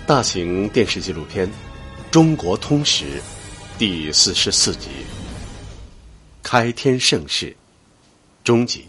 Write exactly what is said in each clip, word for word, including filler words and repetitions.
大型电视纪录片《中国通史》第四十四集，开天盛世终集。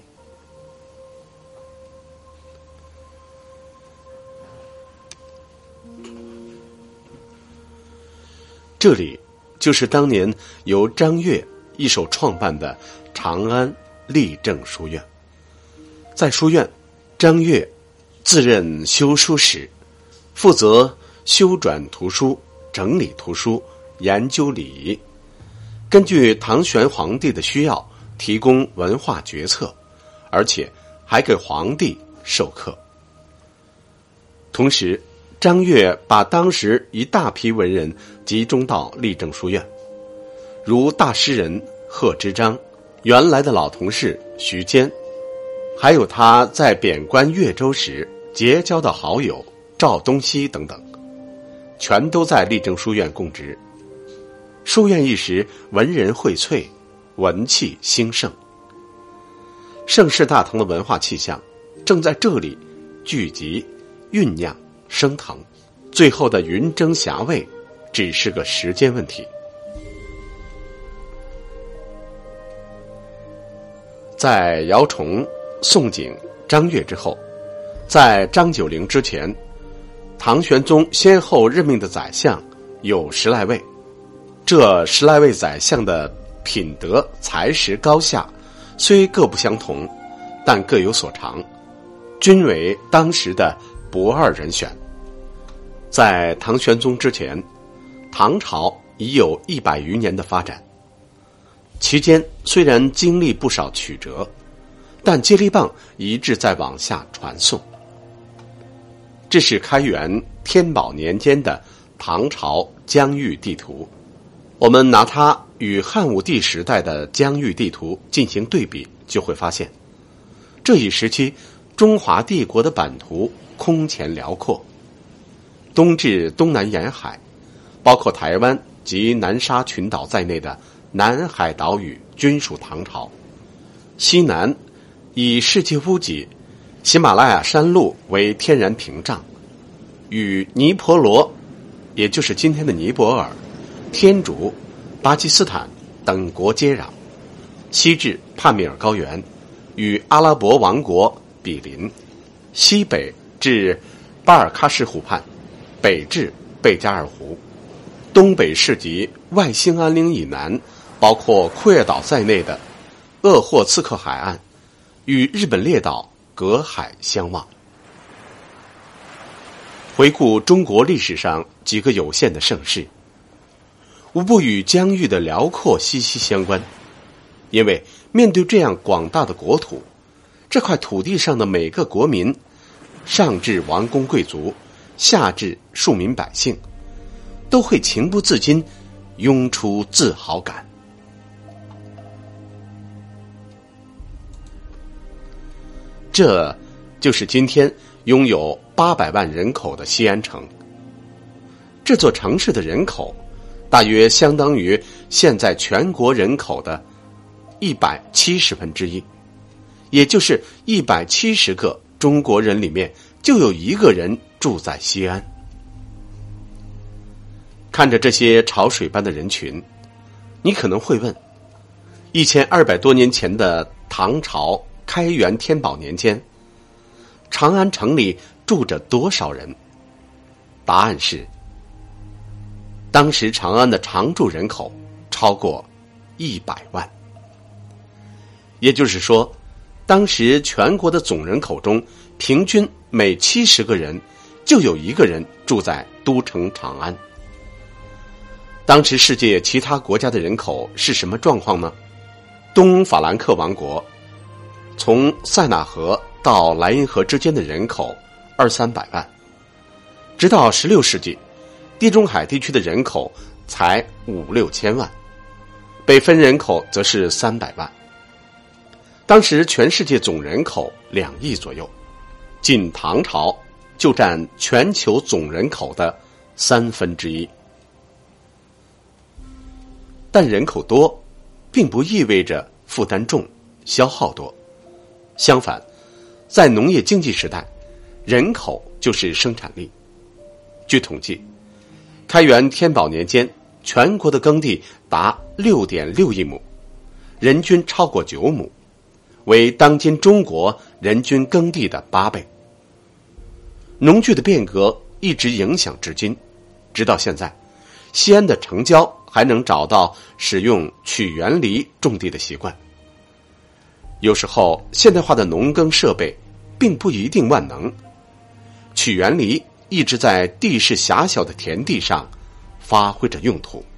这里就是当年由张悦一手创办的长安立正书院。在书院，张悦自任修书使，负责修转图书、整理图书、研究礼仪，根据唐玄皇帝的需要提供文化决策，而且还给皇帝授课。同时，张悦把当时一大批文人集中到立正书院，如大诗人贺知章、原来的老同事徐坚，还有他在贬官越州时结交的好友赵东锡等等，全都在立正书院供职。书院一时文人荟萃，文气兴盛，盛世大唐的文化气象正在这里聚集、酝酿、升腾，最后的云蒸霞蔚只是个时间问题。在姚崇、宋璟、张悦之后，在张九龄之前，唐玄宗先后任命的宰相有十来位，这十来位宰相的品德才识高下虽各不相同，但各有所长，均为当时的不二人选。在唐玄宗之前，唐朝已有一百余年的发展，期间虽然经历不少曲折，但接力棒一直在往下传送。这是开元天宝年间的唐朝疆域地图，我们拿它与汉武帝时代的疆域地图进行对比，就会发现这一时期中华帝国的版图空前辽阔，东至东南沿海，包括台湾及南沙群岛在内的南海岛屿均属唐朝，西南以世界屋脊喜马拉雅山路为天然屏障，与尼泊罗，也就是今天的尼泊尔、天竺、巴基斯坦等国接壤，西至帕米尔高原，与阿拉伯王国比邻，西北至巴尔喀什湖畔，北至贝加尔湖，东北是及外兴安岭以南，包括库页岛在内的鄂霍次克海岸，与日本列岛隔海相望。回顾中国历史上几个有限的盛世，无不与疆域的辽阔息息相关。因为面对这样广大的国土，这块土地上的每个国民，上至王公贵族，下至庶民百姓，都会情不自禁涌出自豪感。这就是今天拥有八百万人口的西安城。这座城市的人口大约相当于现在全国人口的一百七十分之一，也就是一百七十个中国人里面就有一个人住在西安。看着这些潮水般的人群，你可能会问，一千二百多年前的唐朝开元天宝年间，长安城里住着多少人？答案是，当时长安的常住人口超过一百万。也就是说，当时全国的总人口中，平均每七十个人就有一个人住在都城长安。当时世界其他国家的人口是什么状况呢？东法兰克王国从塞纳河到莱茵河之间的人口二三百万，直到十六世纪，地中海地区的人口才五六千万，北非人口则是三百万。当时全世界总人口两亿左右，仅唐朝就占全球总人口的三分之一。但人口多，并不意味着负担重、消耗多。相反，在农业经济时代，人口就是生产力。 据统计，开元天宝年间，全国的耕地达 六点六亿亩，人均超过九亩，为当今中国人均耕地的八倍。农具的变革一直影响至今，直到现在，西安的城郊还能找到使用曲园犁种地的习惯。有时候，现代化的农耕设备并不一定万能，曲园犁一直在地势狭小的田地上发挥着用途。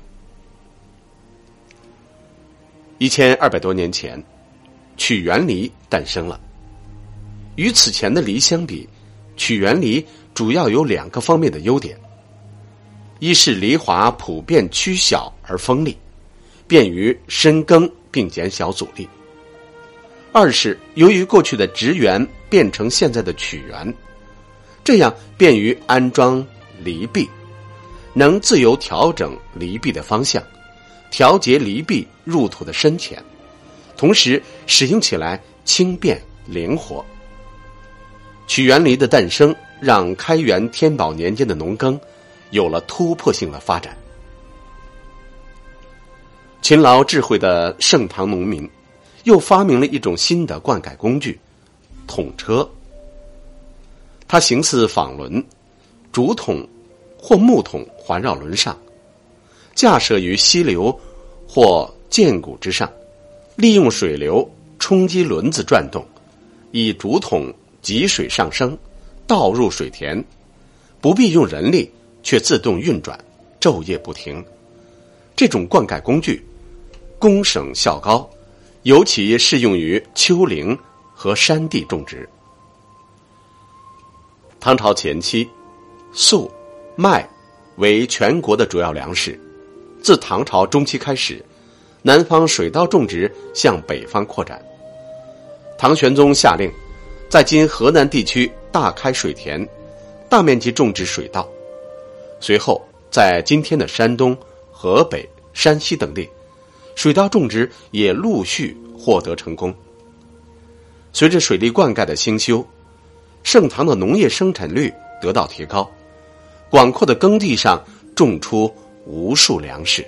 一千二百多年前，曲园犁诞生了。与此前的犁相比，曲园犁主要有两个方面的优点：一是犁铧普遍曲小而锋利，便于深耕并减小阻力；二是由于过去的直园变成现在的曲园，这样便于安装犁壁，能自由调整犁壁的方向，调节犁壁入土的深浅，同时使用起来轻便灵活。曲园犁的诞生让开元天宝年间的农耕有了突破性的发展。勤劳智慧的盛唐农民又发明了一种新的灌溉工具——桶车。它形似纺轮，竹筒或木桶环绕轮上，架设于溪流或涧谷之上，利用水流冲击轮子转动，以竹筒汲水上升，倒入水田，不必用人力，却自动运转，昼夜不停。这种灌溉工具功省效高，尤其适用于丘陵和山地种植。唐朝前期，粟、麦为全国的主要粮食。自唐朝中期开始，南方水稻种植向北方扩展。唐玄宗下令，在今河南地区大开水田，大面积种植水稻。随后，在今天的山东、河北、山西等地，水稻种植也陆续获得成功。随着水利灌溉的兴修，盛唐的农业生产率得到提高，广阔的耕地上种出无数粮食。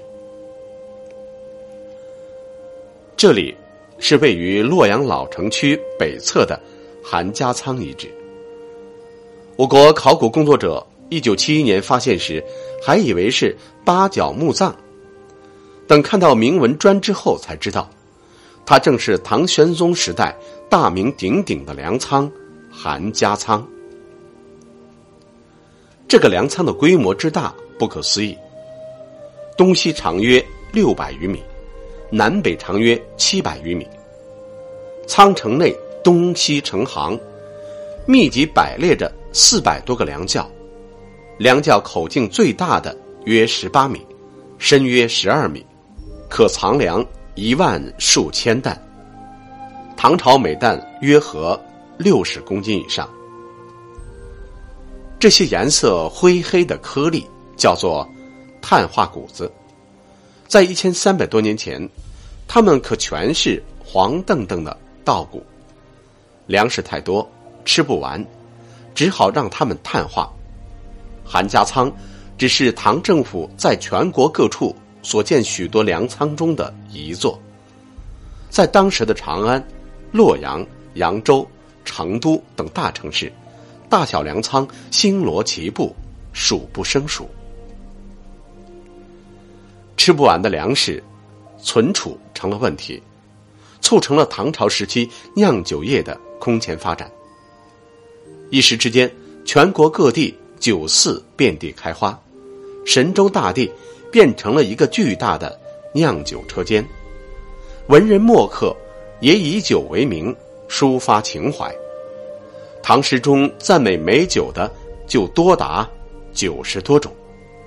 这里是位于洛阳老城区北侧的韩家仓遗址。我国考古工作者一九七一年发现时，还以为是八角墓葬，等看到铭文砖之后才知道，它正是唐玄宗时代大名鼎鼎的粮仓韩家仓。这个粮仓的规模之大不可思议，东西长约六百余米，南北长约七百余米。仓城内东西成行，密集摆列着四百多个粮窖，粮窖口径最大的约十八米，深约十二米，可藏粮一万数千担。唐朝每担约合六十公斤以上。这些颜色灰黑的颗粒叫做碳化谷子，在一千三百多年前，它们可全是黄澄澄的稻谷。粮食太多，吃不完，只好让它们碳化。韩家仓只是唐政府在全国各处所建许多粮仓中的一座。在当时的长安、洛阳、扬州、成都等大城市，大小粮仓星罗棋布，数不胜数。吃不完的粮食存储成了问题，促成了唐朝时期酿酒业的空前发展。一时之间，全国各地酒肆遍地开花，神州大地变成了一个巨大的酿酒车间。文人墨客也以酒为名，抒发情怀。唐诗中赞美美酒的就多达九十多种。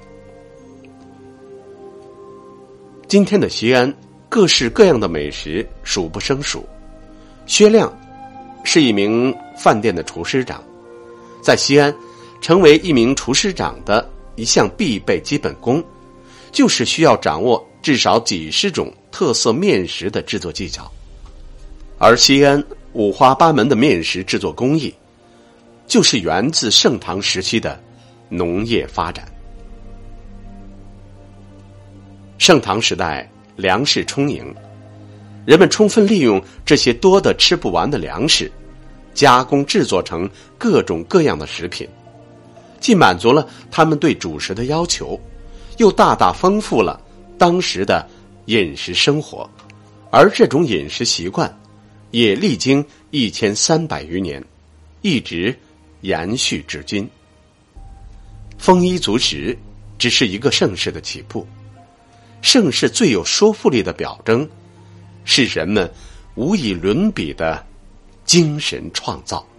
今天的西安，各式各样的美食数不胜数。薛亮是一名饭店的厨师长，在西安成为一名厨师长的一项必备基本功，就是需要掌握至少几十种特色面食的制作技巧。而西安五花八门的面食制作工艺，就是源自盛唐时期的农业发展。盛唐时代粮食充盈，人们充分利用这些多得吃不完的粮食，加工制作成各种各样的食品，既满足了他们对主食的要求，又大大丰富了当时的饮食生活，而这种饮食习惯也历经一千三百余年，一直延续至今。丰衣足食只是一个盛世的起步，盛世最有说服力的表征是人们无以伦比的精神创造。